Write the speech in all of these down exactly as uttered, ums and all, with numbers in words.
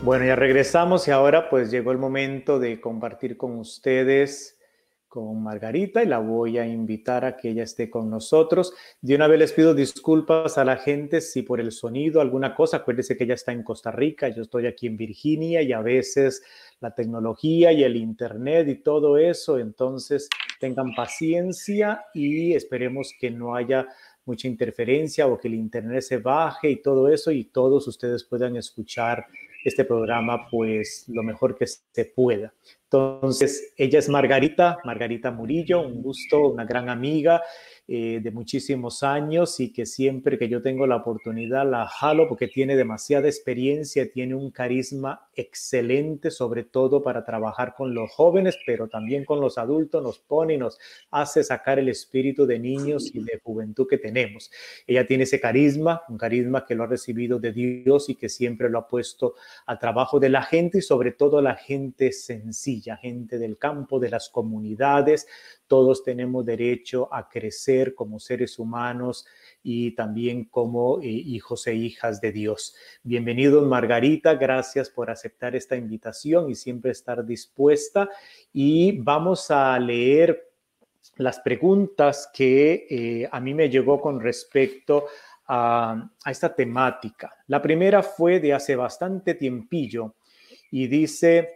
Bueno, ya regresamos y ahora pues llegó el momento de compartir con ustedes, con Margarita, y la voy a invitar a que ella esté con nosotros. De una vez les pido disculpas a la gente si por el sonido, alguna cosa. Acuérdense que ella está en Costa Rica, yo estoy aquí en Virginia y a veces la tecnología y el internet y todo eso, entonces tengan paciencia y esperemos que no haya mucha interferencia o que el internet se baje y todo eso y todos ustedes puedan escuchar este programa pues lo mejor que se pueda. Entonces, ella es Margarita, Margarita Murillo, un gusto, una gran amiga eh, de muchísimos años y que siempre que yo tengo la oportunidad la jalo porque tiene demasiada experiencia, tiene un carisma excelente, sobre todo para trabajar con los jóvenes, pero también con los adultos, nos pone y nos hace sacar el espíritu de niños y de juventud que tenemos. Ella tiene ese carisma, un carisma que lo ha recibido de Dios y que siempre lo ha puesto al trabajo de la gente y sobre todo la gente sencilla, gente del campo, de las comunidades. Todos tenemos derecho a crecer como seres humanos y también como eh, hijos e hijas de Dios. Bienvenidos, Margarita, gracias por aceptar esta invitación y siempre estar dispuesta. Y vamos a leer las preguntas que eh, a mí me llegó con respecto a, a esta temática. La primera fue de hace bastante tiempillo y dice,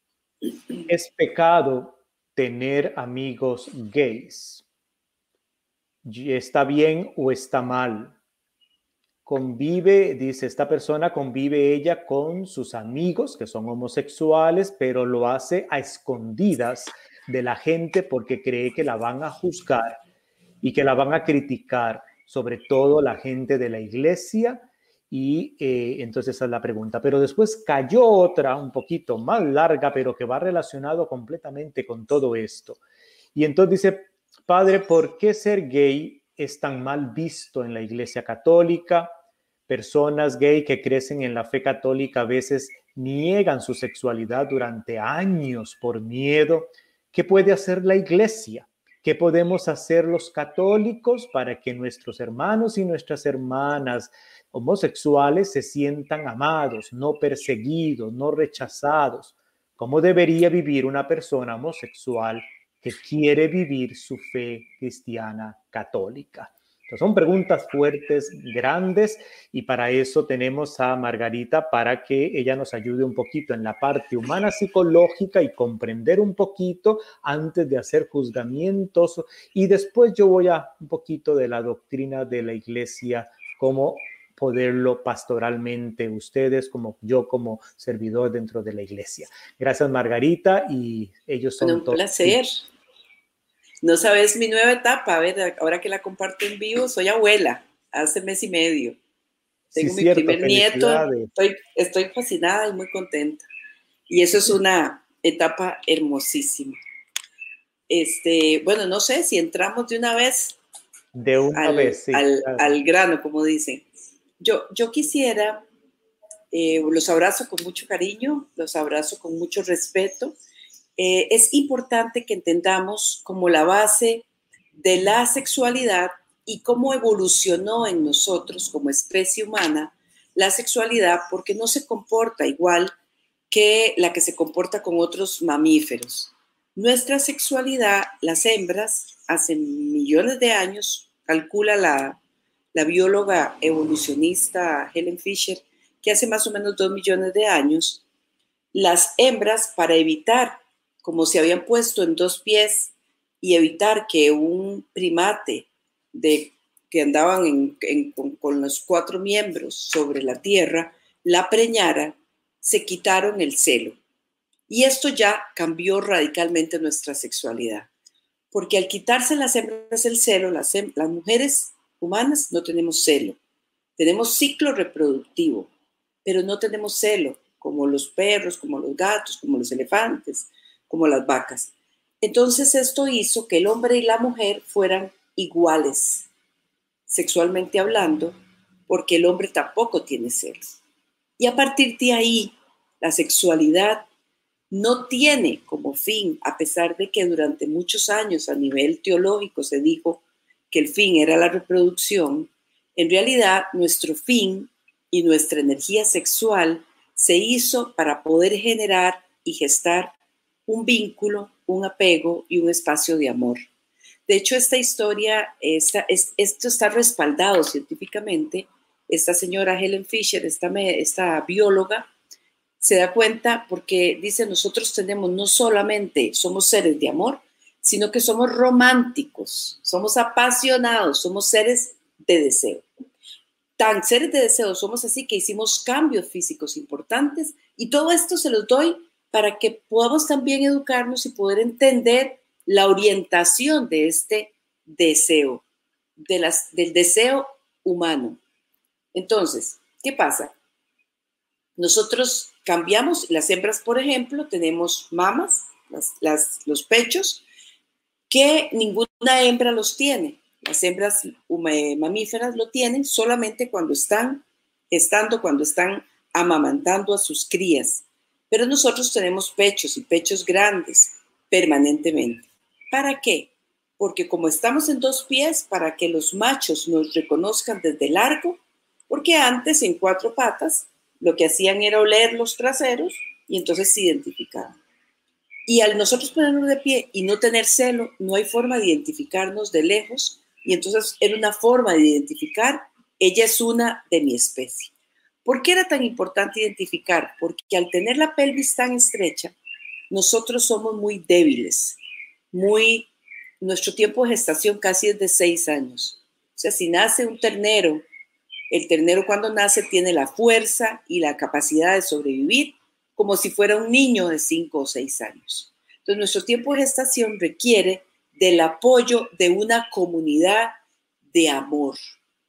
¿es pecado tener amigos gays? ¿Está bien o está mal? Convive, dice esta persona, convive ella con sus amigos que son homosexuales, pero lo hace a escondidas de la gente porque cree que la van a juzgar y que la van a criticar, sobre todo la gente de la iglesia. Y eh, entonces esa es la pregunta. Pero después cayó otra un poquito más larga, pero que va relacionado completamente con todo esto. Y entonces dice, padre, ¿por qué ser gay es tan mal visto en la iglesia católica? Personas gay que crecen en la fe católica a veces niegan su sexualidad durante años por miedo. ¿Qué puede hacer la iglesia? ¿Qué podemos hacer los católicos para que nuestros hermanos y nuestras hermanas homosexuales se sientan amados, no perseguidos, no rechazados? ¿Cómo debería vivir una persona homosexual que quiere vivir su fe cristiana católica? Entonces son preguntas fuertes, grandes, y para eso tenemos a Margarita para que ella nos ayude un poquito en la parte humana psicológica y comprender un poquito antes de hacer juzgamientos. Y después yo voy a un poquito de la doctrina de la iglesia, cómo poderlo pastoralmente ustedes, como yo como servidor dentro de la iglesia. Gracias, Margarita, y ellos son bueno, un todos. placer. No sabes mi nueva etapa, a ver, ahora que la comparto en vivo, soy abuela, hace mes y medio. Tengo Sí, mi cierto, primer nieto, felicidades. estoy, estoy fascinada y muy contenta. Y eso es una etapa hermosísima. Este, bueno, no sé si entramos de una vez De una al, vez, sí. al, Claro. al grano, como dicen. Yo, yo quisiera, eh, los abrazo con mucho cariño, los abrazo con mucho respeto. Eh, es importante que entendamos como la base de la sexualidad y cómo evolucionó en nosotros como especie humana la sexualidad, porque no se comporta igual que la que se comporta con otros mamíferos. Nuestra sexualidad, las hembras, hace millones de años, calcula la, la bióloga evolucionista Helen Fisher, que hace más o menos dos millones de años, las hembras, para evitar, como se habían puesto en dos pies y evitar que un primate de, que andaban en, en, con, con los cuatro miembros sobre la tierra, la preñara, se quitaron el celo. Y esto ya cambió radicalmente nuestra sexualidad. Porque al quitarse las hembras el celo, las, las mujeres humanas no tenemos celo. Tenemos ciclo reproductivo, pero no tenemos celo, como los perros, como los gatos, como los elefantes, como las vacas. Entonces esto hizo que el hombre y la mujer fueran iguales, sexualmente hablando, porque el hombre tampoco tiene celos. Y a partir de ahí, la sexualidad no tiene como fin, a pesar de que durante muchos años a nivel teológico se dijo que el fin era la reproducción, en realidad nuestro fin y nuestra energía sexual se hizo para poder generar y gestar un vínculo, un apego y un espacio de amor. De hecho, esta historia, esta, es, esto está respaldado científicamente. Esta señora Helen Fisher, esta, esta bióloga, se da cuenta porque dice, nosotros tenemos no solamente, somos seres de amor, sino que somos románticos, somos apasionados, somos seres de deseo. Tan seres de deseo somos así que hicimos cambios físicos importantes y todo esto se los doy para que podamos también educarnos y poder entender la orientación de este deseo, de las, del deseo humano. Entonces, ¿qué pasa? Nosotros cambiamos, las hembras, por ejemplo, tenemos mamas, las, las, los pechos, que ninguna hembra los tiene. Las hembras mamíferas lo tienen solamente cuando están gestando, cuando están amamantando a sus crías. Pero nosotros tenemos pechos y pechos grandes permanentemente. ¿Para qué? Porque como estamos en dos pies, para que los machos nos reconozcan desde largo, porque antes en cuatro patas lo que hacían era oler los traseros y entonces se identificaban. Y al nosotros ponernos de pie y no tener celo, no hay forma de identificarnos de lejos y entonces era una forma de identificar, ella es una de mi especie. ¿Por qué era tan importante identificar? Porque al tener la pelvis tan estrecha, nosotros somos muy débiles, muy, nuestro tiempo de gestación casi es de seis años. O sea, si nace un ternero, el ternero cuando nace tiene la fuerza y la capacidad de sobrevivir como si fuera un niño de cinco o seis años. Entonces, nuestro tiempo de gestación requiere del apoyo de una comunidad de amor,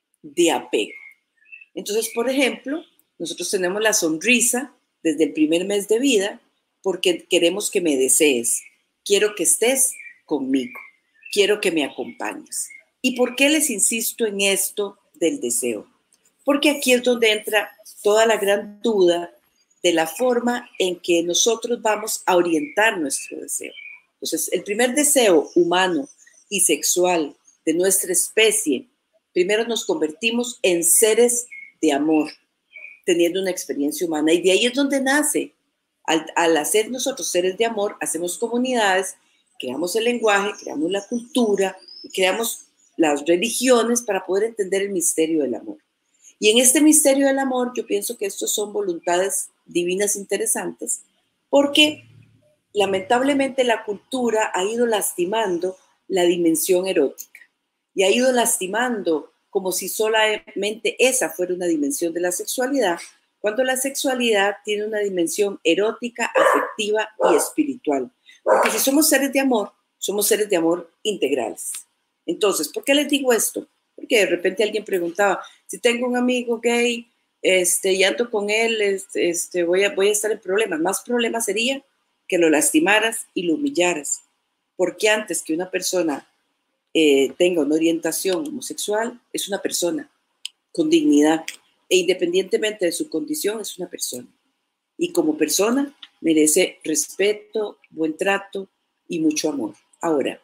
de apego. Entonces, por ejemplo, nosotros tenemos la sonrisa desde el primer mes de vida porque queremos que me desees. Quiero que estés conmigo. Quiero que me acompañes. ¿Y por qué les insisto en esto del deseo? Porque aquí es donde entra toda la gran duda de la forma en que nosotros vamos a orientar nuestro deseo. Entonces, el primer deseo humano y sexual de nuestra especie, primero nos convertimos en seres de amor, teniendo una experiencia humana. Y de ahí es donde nace. Al, al hacer nosotros seres de amor, hacemos comunidades, creamos el lenguaje, creamos la cultura y creamos las religiones para poder entender el misterio del amor. Y en este misterio del amor, yo pienso que estos son voluntades divinas interesantes, porque lamentablemente la cultura ha ido lastimando la dimensión erótica y ha ido lastimando como si solamente esa fuera una dimensión de la sexualidad, cuando la sexualidad tiene una dimensión erótica, afectiva y espiritual. Porque si somos seres de amor, somos seres de amor integrales. Entonces, ¿por qué les digo esto? Porque de repente alguien preguntaba, si tengo un amigo gay este, y ando con él, este, voy, a, voy a estar en problemas. Más problemas sería que lo lastimaras y lo humillaras. Porque antes que una persona eh, tenga una orientación homosexual, es una persona con dignidad. E independientemente de su condición, es una persona. Y como persona, merece respeto, buen trato y mucho amor. Ahora,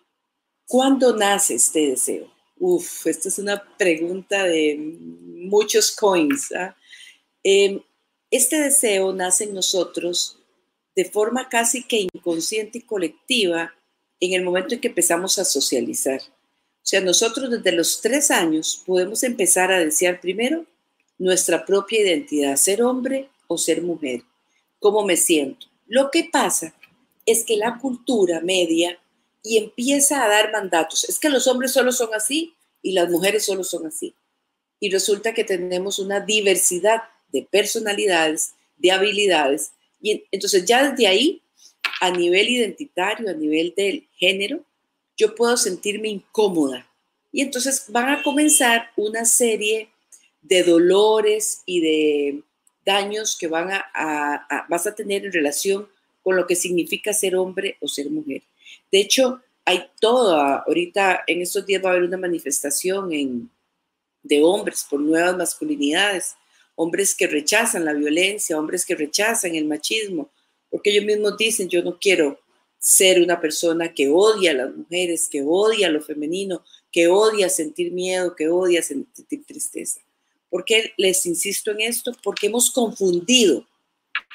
¿cuándo nace este deseo? Uf, esta es una pregunta de muchos coins. ¿Ah? Eh, este deseo nace en nosotros de forma casi que inconsciente y colectiva en el momento en que empezamos a socializar. O sea, nosotros desde los tres años podemos empezar a desear primero nuestra propia identidad, ser hombre o ser mujer, cómo me siento. Lo que pasa es que la cultura media y empieza a dar mandatos. Es que los hombres solo son así y las mujeres solo son así. Y resulta que tenemos una diversidad de personalidades, de habilidades. Y entonces ya desde ahí, a nivel identitario, a nivel del género, yo puedo sentirme incómoda. Y entonces van a comenzar una serie de dolores y de daños que van a, a, a, vas a tener en relación con lo que significa ser hombre o ser mujer. De hecho, hay todo, ahorita en estos días va a haber una manifestación en, de hombres por nuevas masculinidades, hombres que rechazan la violencia, hombres que rechazan el machismo, porque ellos mismos dicen, yo no quiero ser una persona que odia a las mujeres, que odia lo femenino, que odia sentir miedo, que odia sentir tristeza. ¿Por qué les insisto en esto? Porque hemos confundido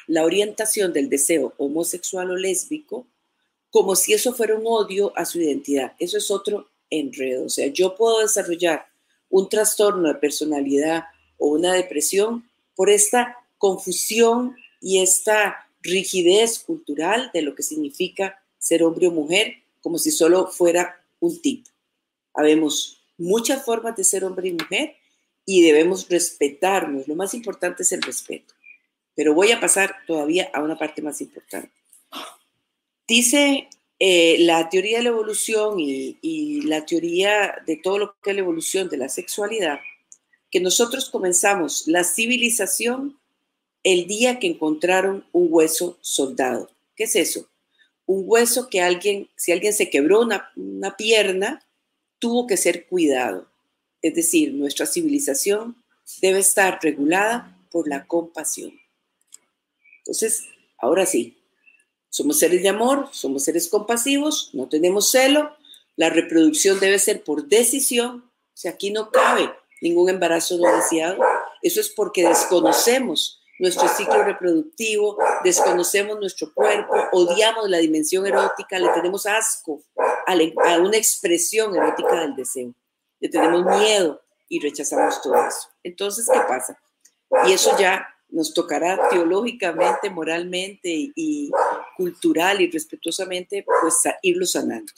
la orientación del deseo homosexual o lésbico como si eso fuera un odio a su identidad. Eso es otro enredo. O sea, yo puedo desarrollar un trastorno de personalidad o una depresión por esta confusión y esta rigidez cultural de lo que significa ser hombre o mujer, como si solo fuera un tipo. Habemos muchas formas de ser hombre y mujer y debemos respetarnos. Lo más importante es el respeto. Pero voy a pasar todavía a una parte más importante. Dice eh, la teoría de la evolución y, y la teoría de todo lo que es la evolución de la sexualidad, que nosotros comenzamos la civilización el día que encontraron un hueso soldado. ¿Qué es eso? Un hueso que alguien, si alguien se quebró una, una pierna, tuvo que ser cuidado. Es decir, nuestra civilización debe estar regulada por la compasión. Entonces, ahora sí, somos seres de amor, somos seres compasivos, no tenemos celo, la reproducción debe ser por decisión, o sea, aquí no cabe ningún embarazo no deseado. Eso es porque desconocemos nuestro ciclo reproductivo, desconocemos nuestro cuerpo, odiamos la dimensión erótica, le tenemos asco a, la, a una expresión erótica del deseo, le tenemos miedo y rechazamos todo eso. Entonces, ¿qué pasa? Y eso ya nos tocará teológicamente, moralmente y, y cultural y respetuosamente, pues irlo sanando.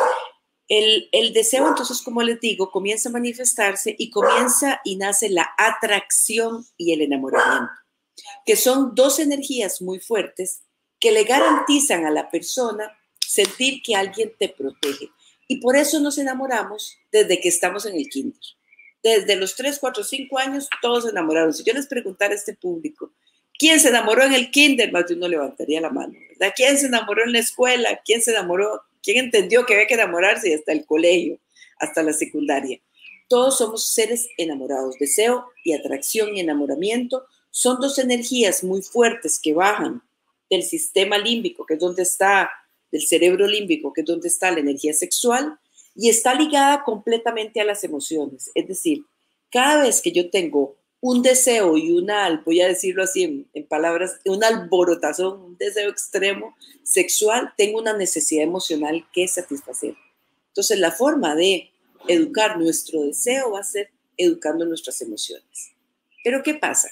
El, el deseo, entonces, como les digo, comienza a manifestarse y comienza y nace la atracción y el enamoramiento, que son dos energías muy fuertes que le garantizan a la persona sentir que alguien te protege. Y por eso nos enamoramos desde que estamos en el kinder. Desde los tres, cuatro, cinco años, todos se enamoraron. Si yo les preguntara a este público, ¿quién se enamoró en el kinder? Más de uno levantaría la mano, ¿verdad? ¿Quién se enamoró en la escuela? ¿Quién se enamoró? ¿Quién entendió que había que enamorarse hasta el colegio, hasta la secundaria? Todos somos seres enamorados. Deseo y atracción y enamoramiento son dos energías muy fuertes que bajan del sistema límbico, que es donde está, del cerebro límbico, que es donde está la energía sexual, y está ligada completamente a las emociones. Es decir, cada vez que yo tengo un deseo y una, voy a decirlo así en, en palabras, un alborotazón, un deseo extremo sexual, tengo una necesidad emocional que satisfacer. Entonces, la forma de educar nuestro deseo va a ser educando nuestras emociones. Pero, ¿qué pasa?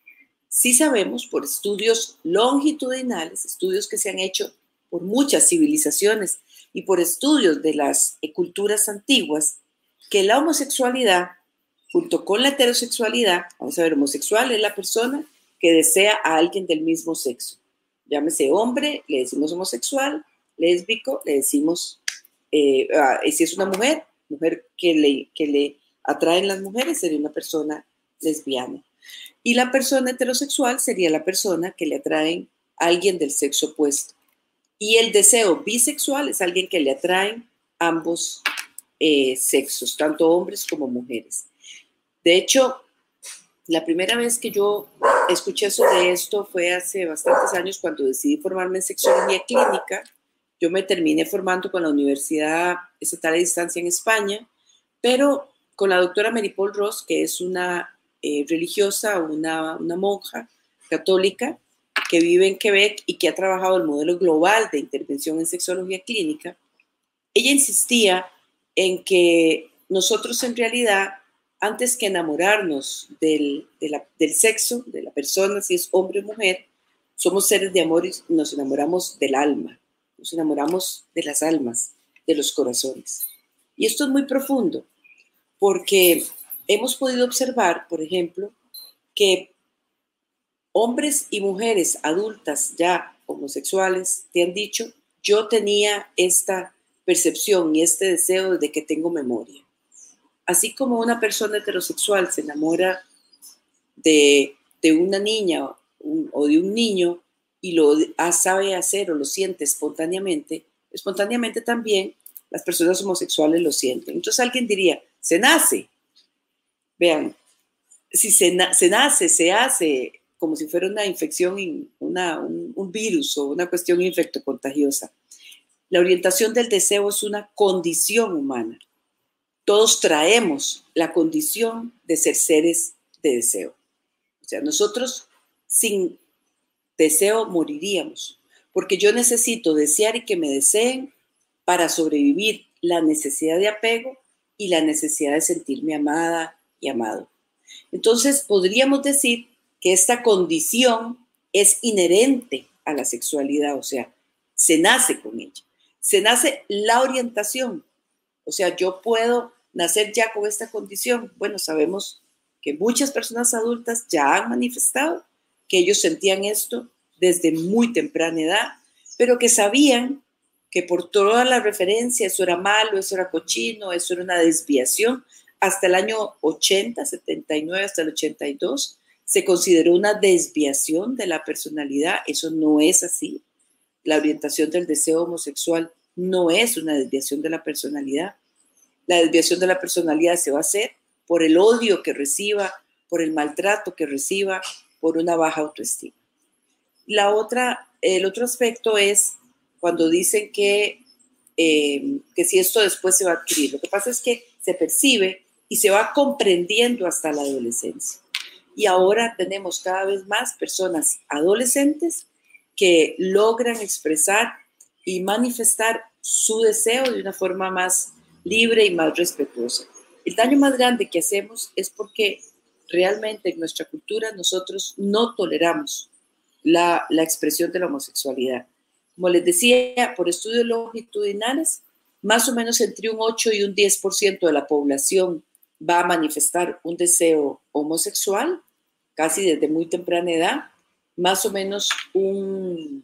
Sí sabemos por estudios longitudinales, estudios que se han hecho por muchas civilizaciones y por estudios de las culturas antiguas, que la homosexualidad, junto con la heterosexualidad, vamos a ver, homosexual es la persona que desea a alguien del mismo sexo. Llámese hombre, le decimos homosexual, lésbico, le decimos, eh, ah, si es una mujer, mujer que le, que le atraen las mujeres, sería una persona lesbiana. Y la persona heterosexual sería la persona que le atraen a alguien del sexo opuesto. Y el deseo bisexual es alguien que le atraen ambos eh, sexos, tanto hombres como mujeres. De hecho, la primera vez que yo escuché sobre esto fue hace bastantes años cuando decidí formarme en sexología clínica. Yo me terminé formando con la Universidad Estatal de Distancia en España, pero con la doctora Mary Paul Ross, que es una eh, religiosa, una, una monja católica, que vive en Quebec y que ha trabajado el modelo global de intervención en sexología clínica. Ella insistía en que nosotros en realidad, antes que enamorarnos del, de la, del sexo, de la persona, si es hombre o mujer, somos seres de amor y nos enamoramos del alma, nos enamoramos de las almas, de los corazones. Y esto es muy profundo, porque hemos podido observar, por ejemplo, que hombres y mujeres adultas ya homosexuales te han dicho, yo tenía esta percepción y este deseo desde que tengo memoria. Así como una persona heterosexual se enamora de, de una niña un, o de un niño y lo sabe hacer o lo siente espontáneamente, espontáneamente también las personas homosexuales lo sienten. Entonces alguien diría, se nace. Vean, si se, na se nace, se hace como si fuera una infección, una, un, un virus o una cuestión infectocontagiosa. La orientación del deseo es una condición humana. Todos traemos la condición de ser seres de deseo. O sea, nosotros sin deseo, moriríamos. Porque yo necesito desear y que me deseen para sobrevivir la necesidad de apego y la necesidad de sentirme amada y amado. Entonces, podríamos decir que esta condición es inherente a la sexualidad, o sea, se nace con ella. Se nace la orientación, o sea, yo puedo nacer ya con esta condición. Bueno, sabemos que muchas personas adultas ya han manifestado que ellos sentían esto desde muy temprana edad, pero que sabían que por toda la referencia eso era malo, eso era cochino, eso era una desviación. Hasta el año ochenta, setenta y nueve, hasta el ochenta y dos, se consideró una desviación de la personalidad. Eso no es así. La orientación del deseo homosexual no es una desviación de la personalidad. La desviación de la personalidad se va a hacer por el odio que reciba, por el maltrato que reciba, por una baja autoestima. La otra, el otro aspecto es cuando dicen que, eh, que si esto después se va a adquirir. Lo que pasa es que se percibe y se va comprendiendo hasta la adolescencia. Y ahora tenemos cada vez más personas adolescentes que logran expresar y manifestar su deseo de una forma más libre y más respetuosa. El daño más grande que hacemos es porque realmente en nuestra cultura nosotros no toleramos la, la expresión de la homosexualidad. Como les decía, por estudios longitudinales, más o menos entre un ocho y un diez por ciento de la población va a manifestar un deseo homosexual, casi desde muy temprana edad. Más o menos un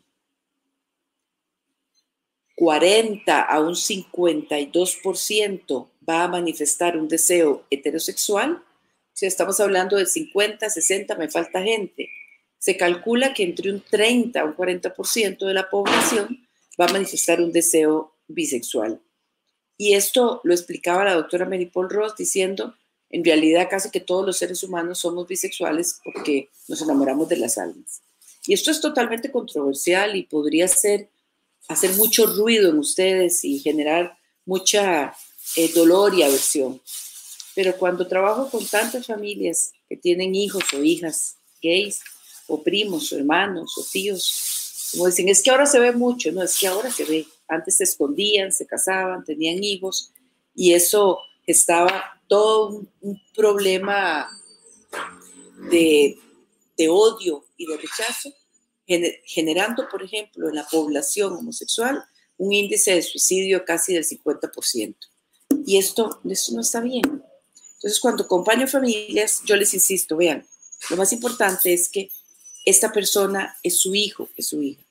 cuarenta a un cincuenta y dos por ciento va a manifestar un deseo heterosexual. Si estamos hablando de cincuenta, sesenta, me falta gente. Se calcula que entre un treinta a un cuarenta por ciento de la población va a manifestar un deseo bisexual. Y esto lo explicaba la doctora Mary Paul Ross diciendo, en realidad casi que todos los seres humanos somos bisexuales porque nos enamoramos de las almas. Y esto es totalmente controversial y podría ser, hacer mucho ruido en ustedes y generar mucha eh, dolor y aversión. Pero cuando trabajo con tantas familias que tienen hijos o hijas gays, o primos, o hermanos, o tíos, como dicen, es que ahora se ve mucho, no, es que ahora se ve. Antes se escondían, se casaban, tenían hijos, y eso estaba todo un, un problema de, de odio y de rechazo, gener, generando, por ejemplo, en la población homosexual un índice de suicidio casi del cincuenta por ciento. Y esto, esto no está bien. Entonces, cuando acompaño familias, yo les insisto, vean, lo más importante es que esta persona es su hijo, es su hija.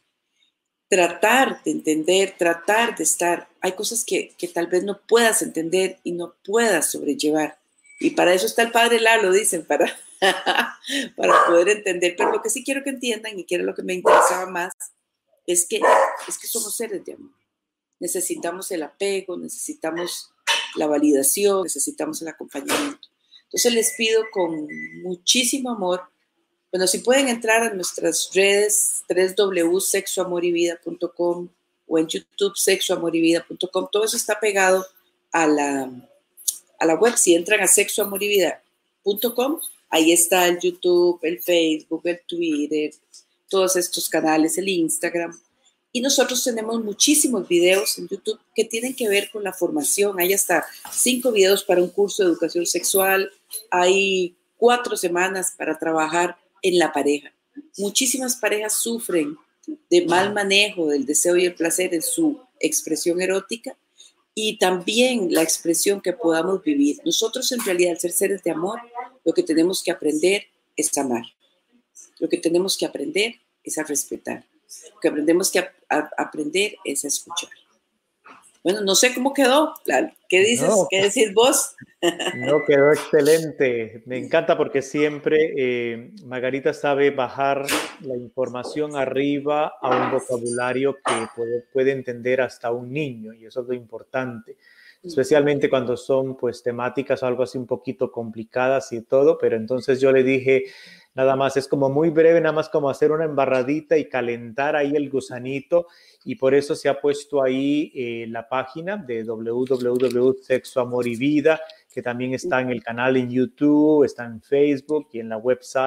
Tratar de entender, tratar de estar. Hay cosas que, que tal vez no puedas entender y no puedas sobrellevar. Y para eso está el Padre Lalo, dicen, para, para poder entender. Pero lo que sí quiero que entiendan, y que era lo que me interesaba más, es que, es que somos seres de amor. Necesitamos el apego, necesitamos la validación, necesitamos el acompañamiento. Entonces les pido con muchísimo amor. Bueno, si pueden entrar a nuestras redes doble u doble u doble u punto sexo amor y vida punto com o en YouTube sexo amor y vida punto com, todo eso está pegado a la, a la web. Si entran a sexo amor y vida punto com, ahí está el YouTube, el Facebook, el Twitter, todos estos canales, el Instagram. Y nosotros tenemos muchísimos videos en YouTube que tienen que ver con la formación. Hay hasta cinco videos para un curso de educación sexual. Hay cuatro semanas para trabajar en la pareja. Muchísimas parejas sufren de mal manejo del deseo y el placer en su expresión erótica y también la expresión que podamos vivir. Nosotros en realidad, al ser seres de amor, lo que tenemos que aprender es amar. Lo que tenemos que aprender es a respetar. Lo que aprendemos que a, a aprender es a escuchar. Bueno, no sé cómo quedó. ¿Qué dices? No, ¿Qué decís vos? No, quedó excelente. Me encanta porque siempre eh, Margarita sabe bajar la información arriba a un vocabulario que puede, puede entender hasta un niño, y eso es lo importante. Especialmente cuando son pues temáticas o algo así un poquito complicadas y todo, pero entonces yo le dije, nada más, es como muy breve, nada más como hacer una embarradita y calentar ahí el gusanito, y por eso se ha puesto ahí eh, la página de doble u doble u doble u punto sexo amor y vida, que también está en el canal en YouTube, está en Facebook y en la website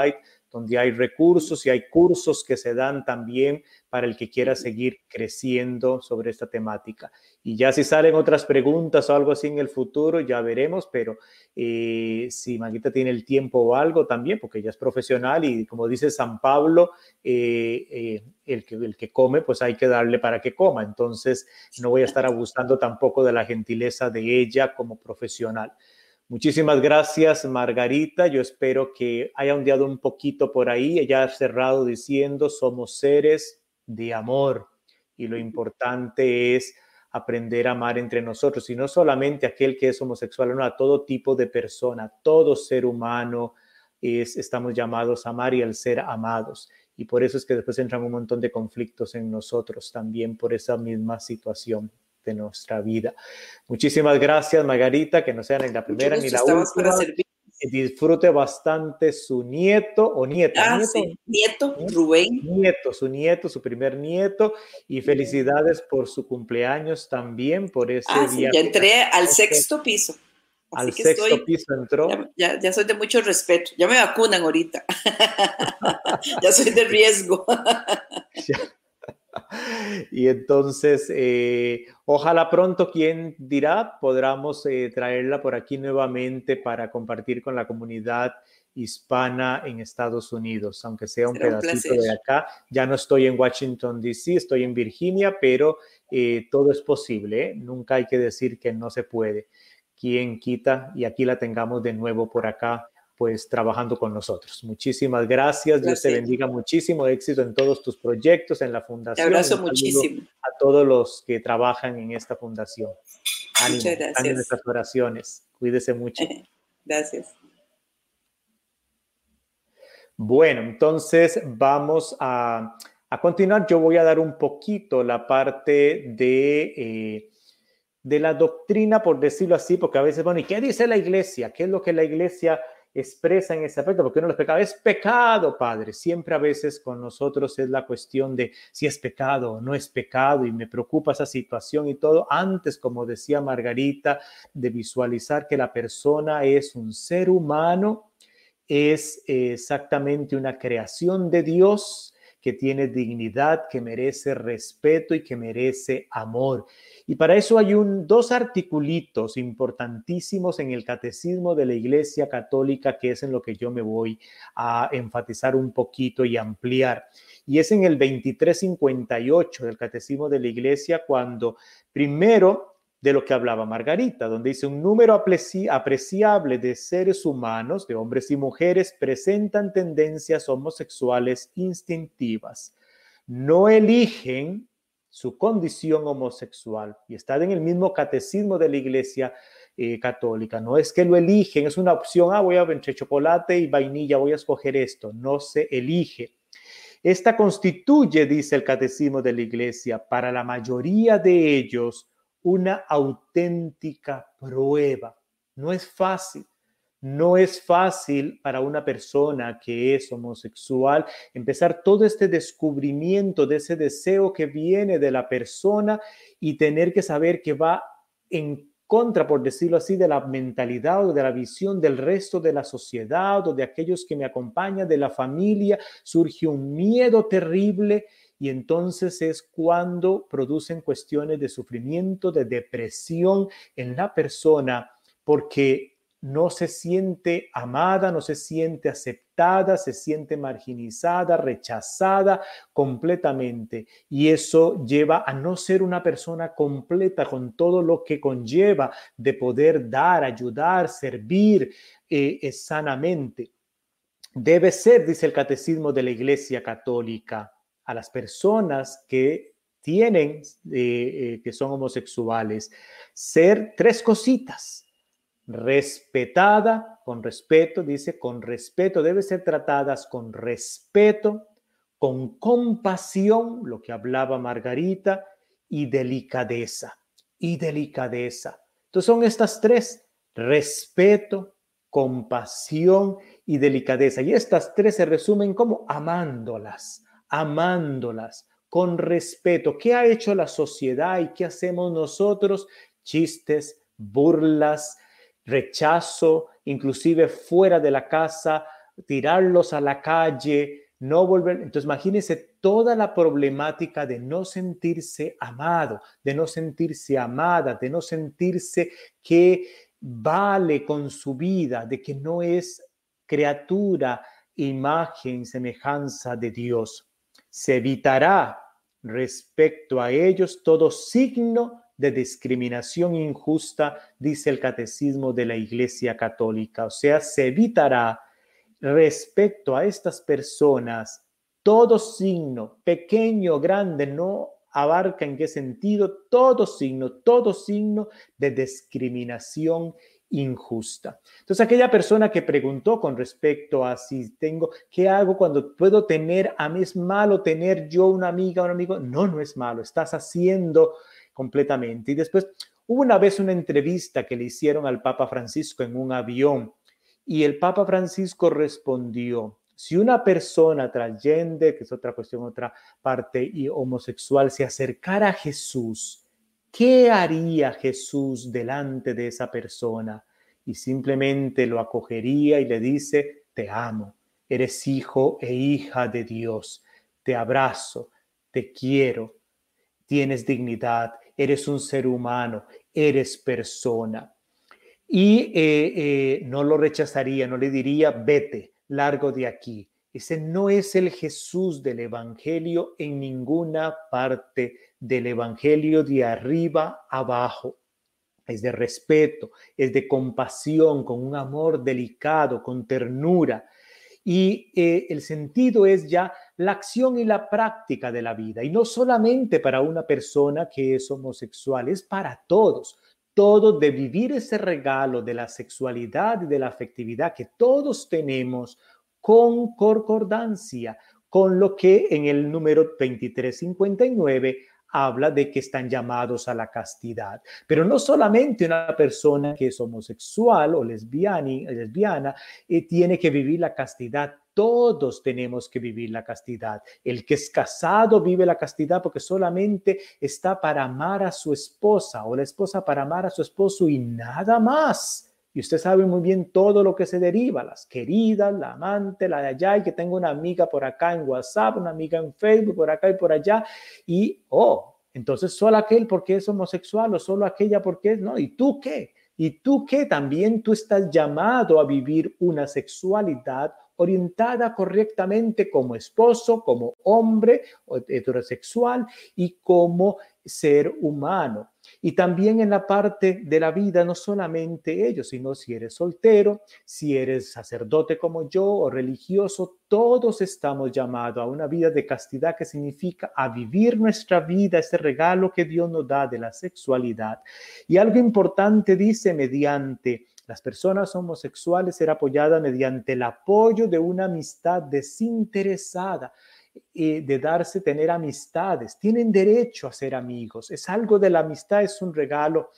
donde hay recursos y hay cursos que se dan también para el que quiera seguir creciendo sobre esta temática. Y ya si salen otras preguntas o algo así en el futuro, ya veremos, pero eh, si Maguita tiene el tiempo o algo también, porque ella es profesional y como dice San Pablo, eh, eh, el, que, el que come, pues hay que darle para que coma. Entonces no voy a estar abusando tampoco de la gentileza de ella como profesional. Muchísimas gracias, Margarita. Yo espero que haya ondeado un poquito por ahí. Ella ha cerrado diciendo, somos seres de amor y lo importante es aprender a amar entre nosotros y no solamente aquel que es homosexual, no, a todo tipo de persona, todo ser humano es, estamos llamados a amar y al ser amados. Y por eso es que después entran un montón de conflictos en nosotros también por esa misma situación de nuestra vida. Muchísimas gracias, Margarita, que no sea ni la primera ni la última. Disfrute bastante su nieto o nieta. Ah, ¿Nieto? sí. Nieto, Rubén. Nieto, su nieto, su primer nieto. Y felicidades por su cumpleaños también, por ese ah, día. Sí, ya entré al sexto piso. Así al que sexto estoy, piso entró. Ya, ya, ya soy de mucho respeto. Ya me vacunan ahorita. Ya soy de riesgo. Y entonces, eh, ojalá pronto, quien dirá, podamos eh, traerla por aquí nuevamente para compartir con la comunidad hispana en Estados Unidos, aunque sea un Será pedacito un de acá. Ya no estoy en Washington, D C, estoy en Virginia, pero eh, todo es posible, ¿eh? Nunca hay que decir que no se puede. Quien quita y aquí la tengamos de nuevo por acá, pues trabajando con nosotros. Muchísimas gracias. gracias. Dios te bendiga muchísimo. Éxito en todos tus proyectos, en la fundación. Te abrazo muchísimo. A todos los que trabajan en esta fundación. Ánimo, Muchas gracias. en nuestras oraciones. Cuídese mucho. Gracias. Bueno, entonces vamos a, a continuar. Yo voy a dar un poquito la parte de... Eh, de la doctrina, por decirlo así, porque a veces, bueno, ¿y qué dice la iglesia? ¿Qué es lo que la iglesia expresa en ese aspecto? Porque uno los pecados es pecado, Padre. Siempre a veces con nosotros es la cuestión de si es pecado o no es pecado y me preocupa esa situación y todo. Antes, como decía Margarita, de visualizar que la persona es un ser humano, es exactamente una creación de Dios que tiene dignidad, que merece respeto y que merece amor. Y para eso hay un, dos articulitos importantísimos en el Catecismo de la Iglesia Católica, que es en lo que yo me voy a enfatizar un poquito y ampliar. Y es en el veintitrés cincuenta y ocho del Catecismo de la Iglesia, cuando primero de lo que hablaba Margarita, donde dice un número apreci- apreciable de seres humanos, de hombres y mujeres, presentan tendencias homosexuales instintivas. No eligen su condición homosexual y está en el mismo catecismo de la Iglesia eh, Católica. No es que lo eligen, es una opción, ah, voy a entre chocolate y vainilla, voy a escoger esto. No se elige. Esta constituye, dice el catecismo de la Iglesia, para la mayoría de ellos una auténtica prueba. No es fácil. No es fácil para una persona que es homosexual empezar todo este descubrimiento de ese deseo que viene de la persona y tener que saber que va en contra, por decirlo así, de la mentalidad o de la visión del resto de la sociedad o de aquellos que me acompañan, de la familia. Surge un miedo terrible y entonces es cuando producen cuestiones de sufrimiento, de depresión en la persona, porque no se siente amada, no se siente aceptada, se siente marginalizada, rechazada completamente. Y eso lleva a no ser una persona completa con todo lo que conlleva de poder dar, ayudar, servir eh, eh, sanamente. Debe ser, dice el Catecismo de la Iglesia Católica, a las personas que tienen, eh, eh, que son homosexuales, ser tres cositas. Respetada, con respeto, dice, con respeto, debe ser tratadas con respeto, con compasión, lo que hablaba Margarita, y delicadeza, y delicadeza. Entonces son estas tres, respeto, compasión y delicadeza. Y estas tres se resumen como amándolas, amándolas, con respeto. ¿Qué ha hecho la sociedad y qué hacemos nosotros? Chistes, burlas, rechazo, inclusive fuera de la casa, tirarlos a la calle, no volver. Entonces, imagínense toda la problemática de no sentirse amado, de no sentirse amada, de no sentirse que vale con su vida, de que no es criatura, imagen, semejanza de Dios. Se evitará respecto a ellos todo signo de discriminación injusta, dice el Catecismo de la Iglesia Católica. O sea, se evitará respecto a estas personas todo signo, pequeño o grande, no abarca en qué sentido, todo signo, todo signo de discriminación injusta. Entonces, aquella persona que preguntó con respecto a si tengo, ¿qué hago cuando puedo tener, a mí es malo tener yo una amiga o un amigo? No, no es malo, estás haciendo completamente. Y después, hubo una vez una entrevista que le hicieron al Papa Francisco en un avión y el Papa Francisco respondió, si una persona transgénero, que es otra cuestión, otra parte, y homosexual, se acercara a Jesús, ¿qué haría Jesús delante de esa persona? Y simplemente lo acogería y le dice, te amo, eres hijo e hija de Dios, te abrazo, te quiero, tienes dignidad, eres un ser humano, eres persona. Y eh, eh, no lo rechazaría, no le diría, vete, largo de aquí. Ese no es el Jesús del Evangelio en ninguna parte del Evangelio, de arriba abajo. Es de respeto, es de compasión, con un amor delicado, con ternura. Y eh, el sentido es ya la acción y la práctica de la vida. Y no solamente para una persona que es homosexual, es para todos. Todo de vivir ese regalo de la sexualidad y de la afectividad que todos tenemos con concordancia, con lo que en el número veintitrés cincuenta y nueve habla de que están llamados a la castidad. Pero no solamente una persona que es homosexual o lesbiana, lesbiana eh, tiene que vivir la castidad. Todos tenemos que vivir la castidad. El que es casado vive la castidad porque solamente está para amar a su esposa, o la esposa para amar a su esposo y nada más. Y usted sabe muy bien todo lo que se deriva, las queridas, la amante, la de allá, y que tengo una amiga por acá en WhatsApp, una amiga en Facebook, por acá y por allá, y, oh, entonces solo aquel porque es homosexual o solo aquella porque es, no, ¿y tú qué? ¿Y tú qué? También tú estás llamado a vivir una sexualidad orientada correctamente como esposo, como hombre heterosexual y como ser humano. Y también en la parte de la vida, no solamente ellos, sino si eres soltero, si eres sacerdote como yo o religioso, todos estamos llamados a una vida de castidad que significa a vivir nuestra vida, ese regalo que Dios nos da de la sexualidad. Y algo importante dice, mediante las personas homosexuales ser apoyadas mediante el apoyo de una amistad desinteresada, eh, de darse, tener amistades. Tienen derecho a ser amigos. Es algo de la amistad, es un regalo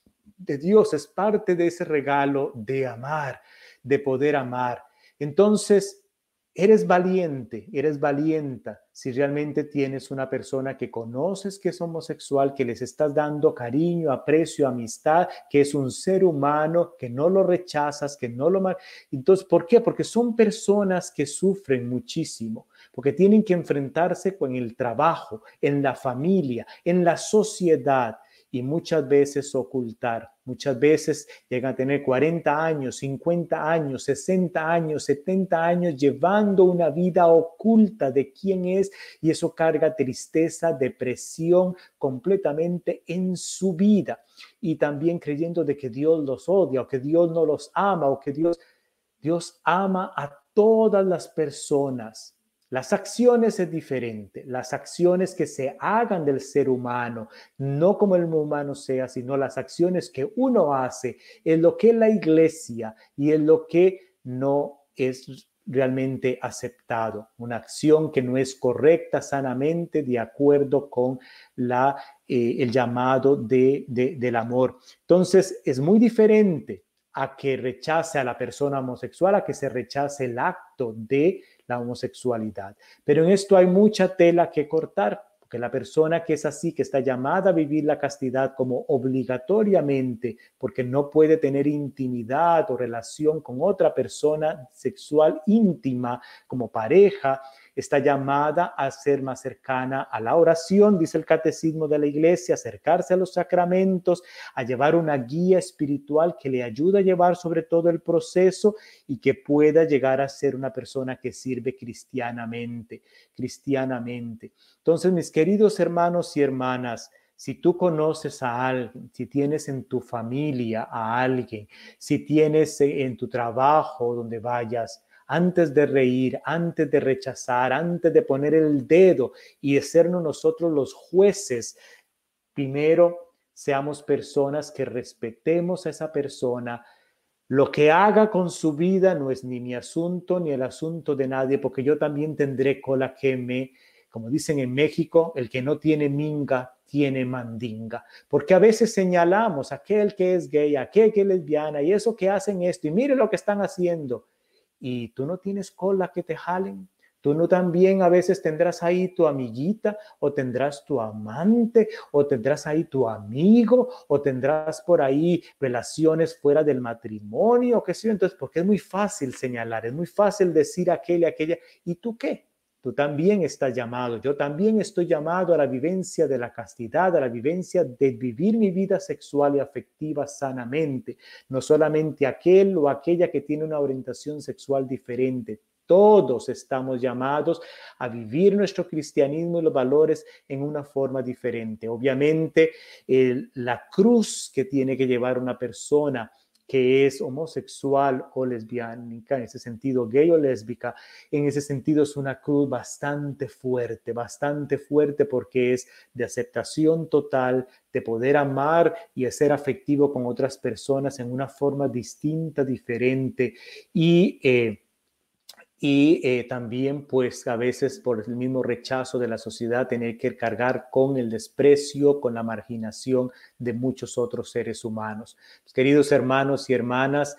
de Dios, es parte de ese regalo de amar, de poder amar. Entonces, eres valiente, eres valienta si realmente tienes una persona que conoces que es homosexual, que les estás dando cariño, aprecio, amistad, que es un ser humano, que no lo rechazas, que no lo mal. Entonces, ¿por qué? Porque son personas que sufren muchísimo, porque tienen que enfrentarse con el trabajo, en la familia, en la sociedad. Y muchas veces ocultar, muchas veces llegan a tener cuarenta años, cincuenta años, sesenta años, setenta años, llevando una vida oculta de quién es, y eso carga tristeza, depresión completamente en su vida, y también creyendo de que Dios los odia, o que Dios no los ama, o que Dios, Dios ama a todas las personas. Las acciones es diferente, las acciones que se hagan del ser humano, no como el humano sea, sino las acciones que uno hace, es lo que la iglesia y es lo que no es realmente aceptado. Una acción que no es correcta sanamente de acuerdo con la, eh, el llamado de, de, del amor. Entonces es muy diferente a que rechace a la persona homosexual, a que se rechace el acto de la homosexualidad. Pero en esto hay mucha tela que cortar, porque la persona que es así, que está llamada a vivir la castidad como obligatoriamente, porque no puede tener intimidad o relación con otra persona sexual íntima como pareja, está llamada a ser más cercana a la oración, dice el catecismo de la iglesia, acercarse a los sacramentos, a llevar una guía espiritual que le ayude a llevar sobre todo el proceso y que pueda llegar a ser una persona que sirve cristianamente, cristianamente. Entonces, mis queridos hermanos y hermanas, si tú conoces a alguien, si tienes en tu familia a alguien, si tienes en tu trabajo donde vayas, antes de reír, antes de rechazar, antes de poner el dedo y de sernos nosotros los jueces, primero seamos personas que respetemos a esa persona. Lo que haga con su vida no es ni mi asunto ni el asunto de nadie, porque yo también tendré cola que me, como dicen en México, el que no tiene minga tiene mandinga, porque a veces señalamos a aquel que es gay, a aquel que es lesbiana y eso que hacen esto y mire lo que están haciendo. Y tú no tienes cola que te jalen. Tú no también a veces tendrás ahí tu amiguita o tendrás tu amante o tendrás ahí tu amigo o tendrás por ahí relaciones fuera del matrimonio, qué sé yo. Entonces, porque es muy fácil señalar, es muy fácil decir aquella, aquella. ¿Y tú qué? Tú también estás llamado, yo también estoy llamado a la vivencia de la castidad, a la vivencia de vivir mi vida sexual y afectiva sanamente, no solamente aquel o aquella que tiene una orientación sexual diferente. Todos estamos llamados a vivir nuestro cristianismo y los valores en una forma diferente. Obviamente, el, la cruz que tiene que llevar una persona que es homosexual o lesbiánica, en ese sentido gay o lésbica, en ese sentido es una cruz bastante fuerte, bastante fuerte porque es de aceptación total, de poder amar y de ser afectivo con otras personas en una forma distinta, diferente y eh, y eh, también pues a veces por el mismo rechazo de la sociedad tener que cargar con el desprecio, con la marginación de muchos otros seres humanos. Pues, queridos hermanos y hermanas,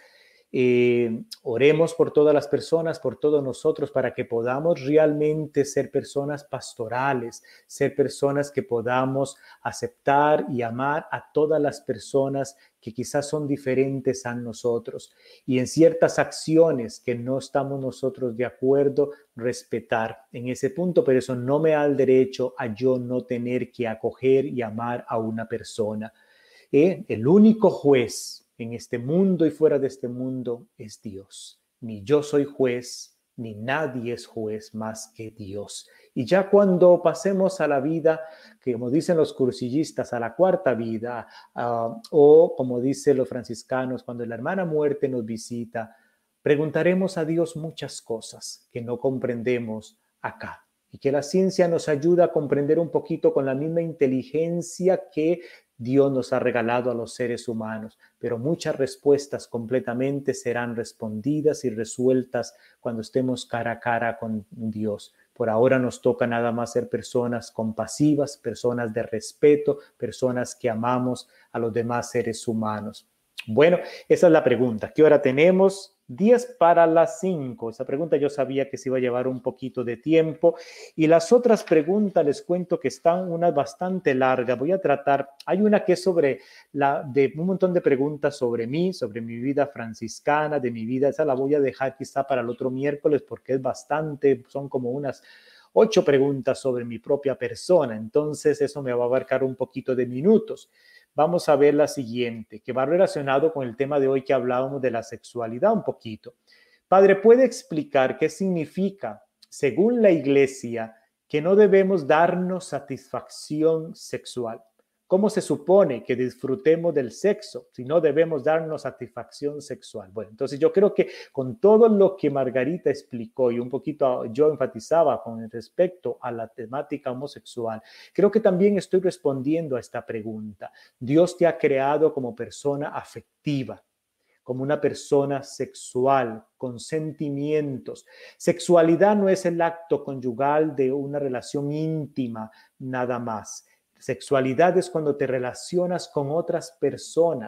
eh, oremos por todas las personas, por todos nosotros, para que podamos realmente ser personas pastorales, ser personas que podamos aceptar y amar a todas las personas que quizás son diferentes a nosotros y en ciertas acciones que no estamos nosotros de acuerdo, respetar en ese punto, pero eso no me da el derecho a yo no tener que acoger y amar a una persona. Eh, el único juez en este mundo y fuera de este mundo es Dios. Ni yo soy juez, ni nadie es juez más que Dios. Y ya cuando pasemos a la vida, que como dicen los cursillistas, a la cuarta vida, uh, o como dicen los franciscanos, cuando la hermana muerte nos visita, preguntaremos a Dios muchas cosas que no comprendemos acá. Y que la ciencia nos ayuda a comprender un poquito con la misma inteligencia que Dios nos ha regalado a los seres humanos, pero muchas respuestas completamente serán respondidas y resueltas cuando estemos cara a cara con Dios. Por ahora nos toca nada más ser personas compasivas, personas de respeto, personas que amamos a los demás seres humanos. Bueno, esa es la pregunta. ¿Qué hora tenemos? diez para las cinco. Esa pregunta yo sabía que se iba a llevar un poquito de tiempo. Y las otras preguntas les cuento que están unas bastante largas. Voy a tratar, hay una que es sobre la, de un montón de preguntas sobre mí, sobre mi vida franciscana, de mi vida. Esa la voy a dejar quizá para el otro miércoles porque es bastante, son como unas ocho preguntas sobre mi propia persona. Entonces eso me va a abarcar un poquito de minutos. Vamos a ver la siguiente, que va relacionado con el tema de hoy que hablábamos de la sexualidad un poquito. Padre, ¿puede explicar qué significa, según la Iglesia, que no debemos darnos satisfacción sexual? ¿Cómo se supone que disfrutemos del sexo si no debemos darnos satisfacción sexual? Bueno, entonces yo creo que con todo lo que Margarita explicó y un poquito yo enfatizaba con respecto a la temática homosexual, creo que también estoy respondiendo a esta pregunta. Dios te ha creado como persona afectiva, como una persona sexual, con sentimientos. Sexualidad no es el acto conyugal de una relación íntima, nada más. Sexualidad es cuando te relacionas con otras personas,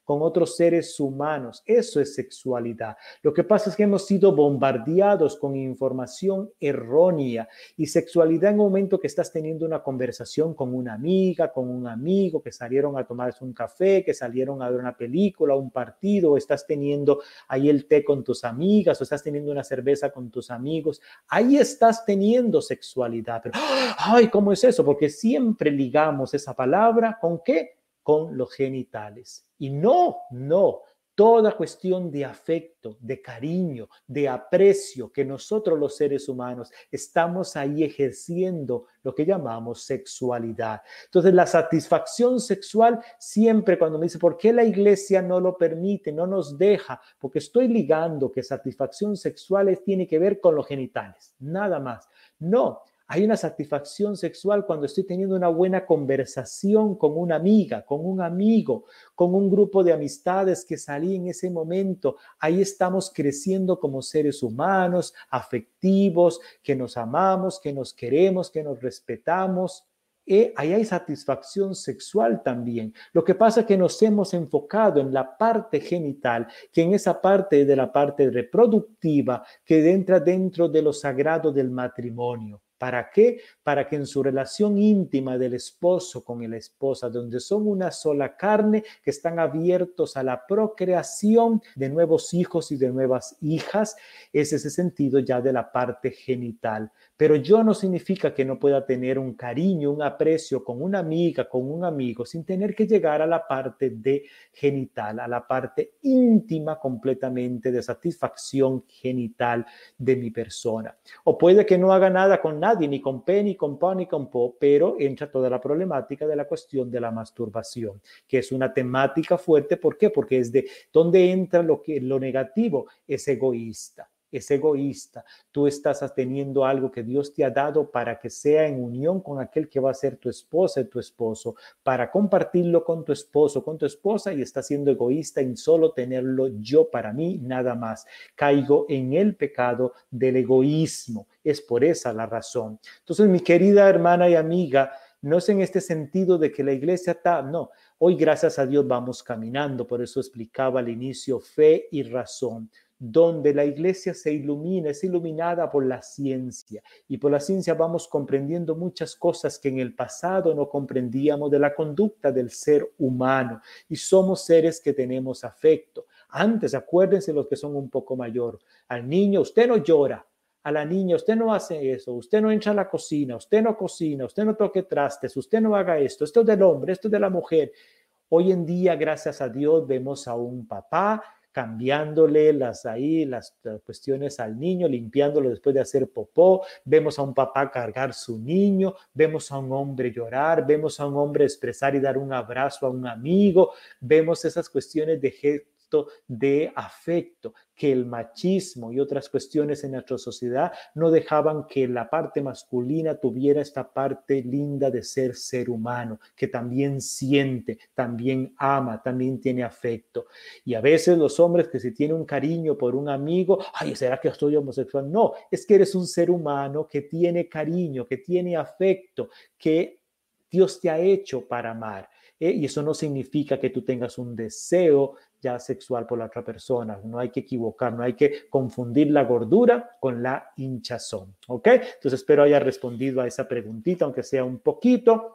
con otros seres humanos. Eso es sexualidad. Lo que pasa es que hemos sido bombardeados con información errónea, y sexualidad en un momento que estás teniendo una conversación con una amiga, con un amigo, que salieron a tomarse un café, que salieron a ver una película, un partido, o estás teniendo ahí el té con tus amigas, o estás teniendo una cerveza con tus amigos. Ahí estás teniendo sexualidad. Pero, ay, ¿cómo es eso? Porque siempre ligamos esa palabra ¿con qué? Con los genitales. Y no, no. Toda cuestión de afecto, de cariño, de aprecio que nosotros los seres humanos estamos ahí ejerciendo lo que llamamos sexualidad. Entonces, la satisfacción sexual siempre cuando me dice, ¿por qué la iglesia no lo permite, no nos deja? Porque estoy ligando que satisfacción sexual tiene que ver con los genitales, nada más. No. Hay una satisfacción sexual cuando estoy teniendo una buena conversación con una amiga, con un amigo, con un grupo de amistades que salí en ese momento. Ahí estamos creciendo como seres humanos, afectivos, que nos amamos, que nos queremos, que nos respetamos. Y ahí hay satisfacción sexual también. Lo que pasa es que nos hemos enfocado en la parte genital, que en esa parte de la parte reproductiva que entra dentro de lo sagrado del matrimonio. ¿Para qué? Para que en su relación íntima del esposo con la esposa, donde son una sola carne, que están abiertos a la procreación de nuevos hijos y de nuevas hijas, es ese sentido ya de la parte genital. Pero yo no significa que no pueda tener un cariño, un aprecio con una amiga, con un amigo, sin tener que llegar a la parte de genital, a la parte íntima completamente de satisfacción genital de mi persona. O puede que no haga nada con nadie, ni con pe, ni con pa, ni con po, pero entra toda la problemática de la cuestión de la masturbación, que es una temática fuerte. ¿Por qué? Porque es de donde entra lo, que, lo negativo, es egoísta. Es egoísta. Tú estás teniendo algo que Dios te ha dado para que sea en unión con aquel que va a ser tu esposa y tu esposo, para compartirlo con tu esposo, con tu esposa, y estás siendo egoísta en solo tenerlo yo para mí, nada más. Caigo en el pecado del egoísmo. Es por esa la razón. Entonces, mi querida hermana y amiga, no es en este sentido de que la iglesia está, no. Hoy, gracias a Dios, vamos caminando. Por eso explicaba al inicio fe y razón, donde la iglesia se ilumina, es iluminada por la ciencia, y por la ciencia vamos comprendiendo muchas cosas que en el pasado no comprendíamos de la conducta del ser humano, y somos seres que tenemos afecto. Antes, acuérdense los que son un poco mayor, al niño usted no llora, a la niña usted no hace eso, usted no entra a la cocina, usted no cocina, usted no toque trastes, usted no haga esto, esto es del hombre, esto es de la mujer. Hoy en día, gracias a Dios, vemos a un papá cambiándole las, ahí, las, las cuestiones al niño, limpiándolo después de hacer popó, vemos a un papá cargar su niño, vemos a un hombre llorar, vemos a un hombre expresar y dar un abrazo a un amigo, vemos esas cuestiones de gesto de afecto, que el machismo y otras cuestiones en nuestra sociedad no dejaban que la parte masculina tuviera esta parte linda de ser ser humano, que también siente, también ama, también tiene afecto. Y a veces los hombres que si tienen un cariño por un amigo, ay, ¿será que estoy homosexual? No, es que eres un ser humano que tiene cariño, que tiene afecto, que Dios te ha hecho para amar. ¿eh? Y eso no significa que tú tengas un deseo ya sexual por la otra persona. No hay que equivocar, no hay que confundir la gordura con la hinchazón. ¿Ok? Entonces espero haya respondido a esa preguntita, aunque sea un poquito.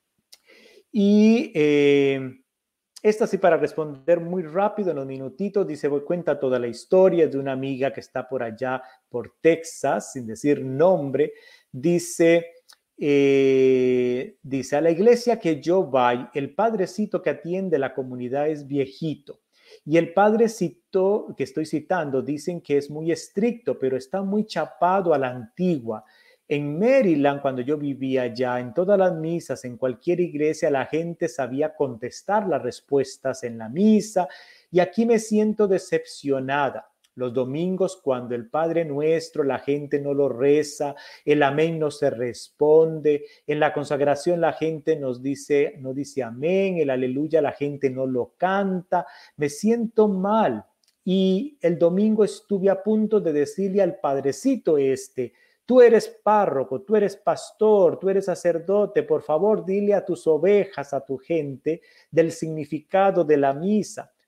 Y eh, esta sí, para responder muy rápido en los minutitos, dice, voy cuenta toda la historia de una amiga que está por allá, por Texas, sin decir nombre. Dice, eh, dice, a la iglesia que yo voy, el padrecito que atiende la comunidad es viejito. Y el padrecito que estoy citando, dicen que es muy estricto, pero está muy chapado a la antigua. En Maryland, cuando yo vivía allá, en todas las misas, en cualquier iglesia, la gente sabía contestar las respuestas en la misa, y aquí me siento decepcionada. Los domingos, cuando el Padre Nuestro, la gente no lo reza, el amén no se responde, en la consagración la gente nos dice, no dice amén, el aleluya la gente no lo canta, me siento mal. Y el domingo estuve a punto de decirle al padrecito este, tú eres párroco, tú eres pastor, tú eres sacerdote, por favor dile a tus ovejas, a tu gente, del significado de la misa,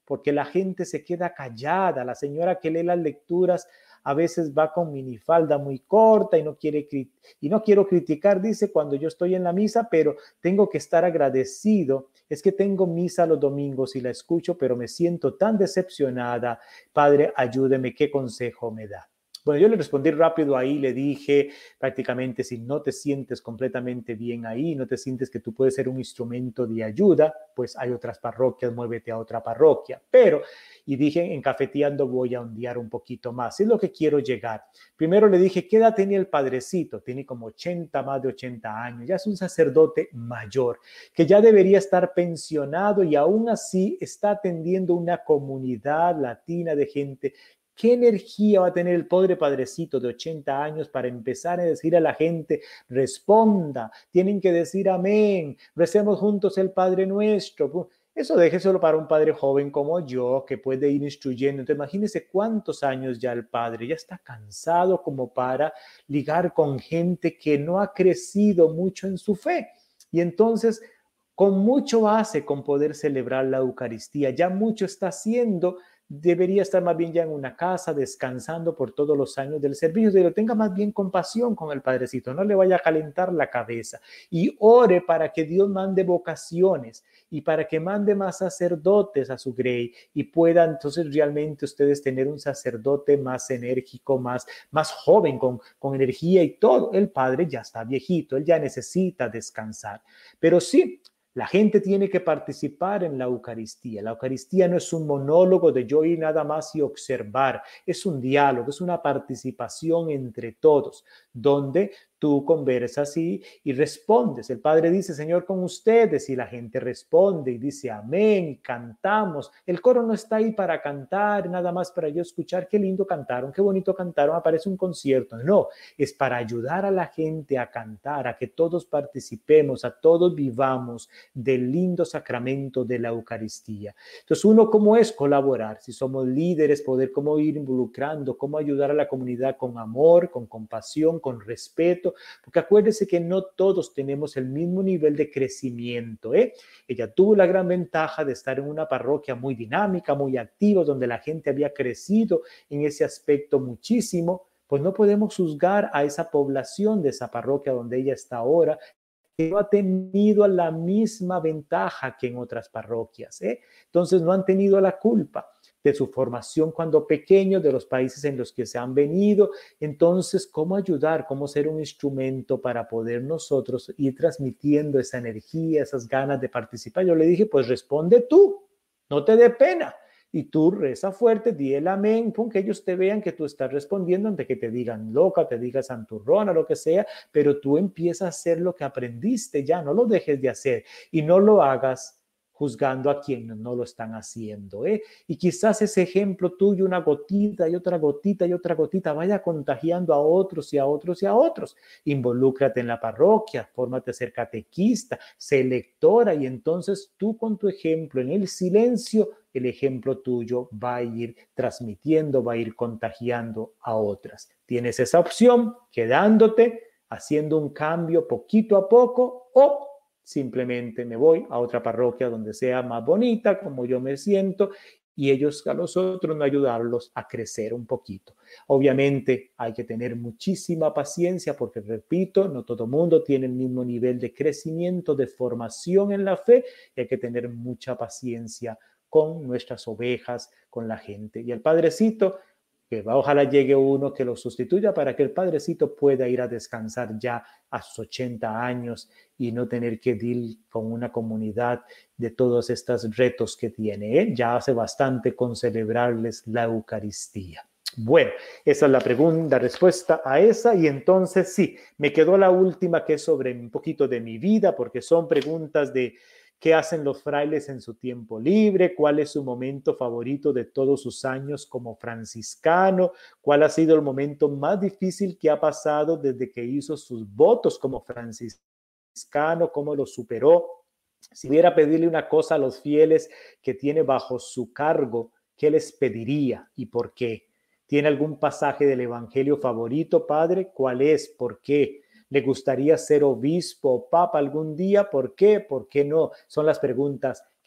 porque la gente se queda callada. La señora que lee las lecturas a veces va con minifalda muy corta y no quiere y no quiero criticar, dice, cuando yo estoy en la misa, pero tengo que estar agradecido. Es que tengo misa los domingos y la escucho, pero me siento tan decepcionada. Padre, ayúdeme, ¿qué consejo me da? Bueno, yo le respondí rápido ahí, le dije prácticamente, si no te sientes completamente bien ahí, no te sientes que tú puedes ser un instrumento de ayuda, pues hay otras parroquias, muévete a otra parroquia. Pero, y dije, en Cafeteando voy a ondear un poquito más, es lo que quiero llegar. Primero le dije, ¿qué edad tenía el padrecito? Tiene como ochenta, más de ochenta años, ya es un sacerdote mayor, que ya debería estar pensionado y aún así está atendiendo una comunidad latina de gente. ¿Qué energía va a tener el pobre padrecito de ochenta años para empezar a decir a la gente, responda, tienen que decir amén, recemos juntos el Padre Nuestro? Eso déjeselo para un padre joven como yo, que puede ir instruyendo. Entonces, imagínense cuántos años ya el padre ya está cansado como para ligar con gente que no ha crecido mucho en su fe. Y entonces, con mucho hace con poder celebrar la Eucaristía. Ya mucho está haciendo. Debería estar más bien ya en una casa descansando por todos los años del servicio, pero tenga más bien compasión con el padrecito, no le vaya a calentar la cabeza y ore para que Dios mande vocaciones y para que mande más sacerdotes a su grey y pueda entonces realmente ustedes tener un sacerdote más enérgico, más, más joven, con, con energía y todo. El padre ya está viejito, él ya necesita descansar, pero sí, la gente tiene que participar en la Eucaristía. La Eucaristía no es un monólogo de yo ir nada más y observar. Es un diálogo, es una participación entre todos, donde tú conversas y, y respondes. El Padre dice, Señor, con ustedes, y la gente responde y dice, amén, y cantamos. El coro no está ahí para cantar, nada más para yo escuchar qué lindo cantaron, qué bonito cantaron, aparece un concierto. No, es para ayudar a la gente a cantar, a que todos participemos, a todos vivamos del lindo sacramento de la Eucaristía. Entonces, uno, ¿cómo es colaborar? Si somos líderes, poder cómo ir involucrando, cómo ayudar a la comunidad con amor, con compasión, con respeto, porque acuérdense que no todos tenemos el mismo nivel de crecimiento, ¿eh? Ella tuvo la gran ventaja de estar en una parroquia muy dinámica, muy activa, donde la gente había crecido en ese aspecto muchísimo. Pues no podemos juzgar a esa población de esa parroquia donde ella está ahora, que no ha tenido la misma ventaja que en otras parroquias, ¿eh? Entonces no han tenido la culpa de su formación cuando pequeños, de los países en los que se han venido. Entonces, ¿cómo ayudar? ¿Cómo ser un instrumento para poder nosotros ir transmitiendo esa energía, esas ganas de participar? Yo le dije, pues responde tú, no te dé pena. Y tú reza fuerte, di el amén, pum, que ellos te vean que tú estás respondiendo antes que te digan loca, te digan santurrona, lo que sea, pero tú empiezas a hacer lo que aprendiste ya, no lo dejes de hacer y no lo hagas juzgando a quienes no lo están haciendo, ¿eh? Y quizás ese ejemplo tuyo, una gotita y otra gotita y otra gotita, vaya contagiando a otros y a otros y a otros. Involúcrate en la parroquia, fórmate a ser catequista, sé lectora y entonces tú con tu ejemplo, en el silencio, el ejemplo tuyo va a ir transmitiendo, va a ir contagiando a otras. Tienes esa opción quedándote, haciendo un cambio poquito a poco o simplemente me voy a otra parroquia donde sea más bonita, como yo me siento, y ellos a los otros no ayudarlos a crecer un poquito. Obviamente hay que tener muchísima paciencia porque, repito, no todo mundo tiene el mismo nivel de crecimiento, de formación en la fe, y hay que tener mucha paciencia con nuestras ovejas, con la gente. Y el padrecito, que va, ojalá llegue uno que lo sustituya para que el padrecito pueda ir a descansar ya a sus ochenta años y no tener que deal con una comunidad de todos estos retos que tiene. ¿eh? Ya hace bastante con celebrarles la Eucaristía. Bueno, esa es la pregunta, la respuesta a esa. Y entonces sí, me quedó la última, que es sobre un poquito de mi vida, porque son preguntas de ¿qué hacen los frailes en su tiempo libre? ¿Cuál es su momento favorito de todos sus años como franciscano? ¿Cuál ha sido el momento más difícil que ha pasado desde que hizo sus votos como franciscano? ¿Cómo lo superó? Si hubiera pedirle una cosa a los fieles que tiene bajo su cargo, ¿qué les pediría y por qué? ¿Tiene algún pasaje del Evangelio favorito, Padre? ¿Cuál es? ¿Por qué? ¿Le gustaría ser obispo o papa algún día? ¿Por qué? ¿Por qué no? Son las preguntas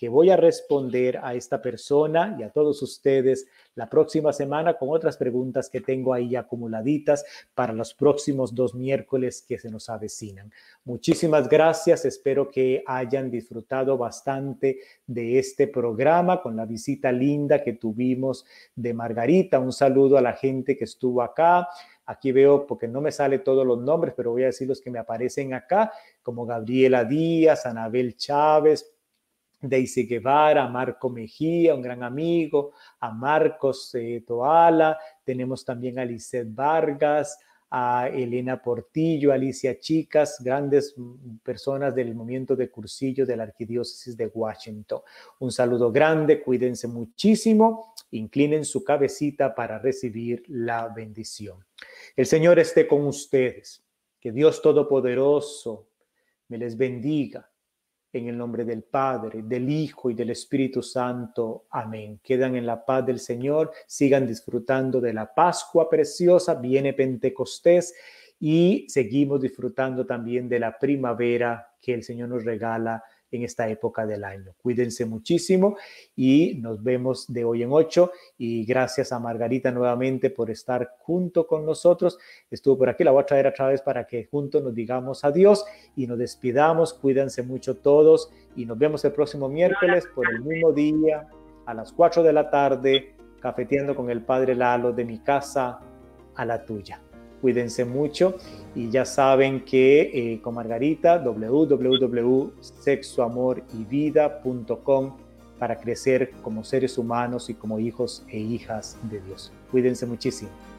que voy a responder a esta persona y a todos ustedes la próxima semana con otras preguntas que tengo ahí acumuladitas para los próximos dos miércoles que se nos avecinan. Muchísimas gracias. Espero que hayan disfrutado bastante de este programa con la visita linda que tuvimos de Margarita. Un saludo a la gente que estuvo acá. Aquí veo, porque no me sale todos los nombres, pero voy a decir los que me aparecen acá, como Gabriela Díaz, Anabel Chávez, Daisy Guevara, Marco Mejía, un gran amigo, a Marcos eh, Toala, tenemos también a Lisette Vargas, a Elena Portillo, Alicia Chicas, grandes personas del movimiento de cursillo de la Arquidiócesis de Washington. Un saludo grande, cuídense muchísimo, inclinen su cabecita para recibir la bendición. El Señor esté con ustedes, que Dios Todopoderoso me les bendiga. En el nombre del Padre, del Hijo y del Espíritu Santo. Amén. Quedan en la paz del Señor. Sigan disfrutando de la Pascua preciosa. Viene Pentecostés y seguimos disfrutando también de la primavera que el Señor nos regala en esta época del año. Cuídense muchísimo y nos vemos de hoy en ocho. Y gracias a Margarita nuevamente por estar junto con nosotros. Estuvo por aquí, la voy a traer otra vez para que juntos nos digamos adiós y nos despidamos. Cuídense mucho todos y nos vemos el próximo miércoles por el mismo día a las cuatro de la tarde, cafeteando con el Padre Lalo, de mi casa a la tuya. Cuídense mucho y ya saben que eh, con Margarita, w w w punto sexo amor y vida punto com para crecer como seres humanos y como hijos e hijas de Dios. Cuídense muchísimo.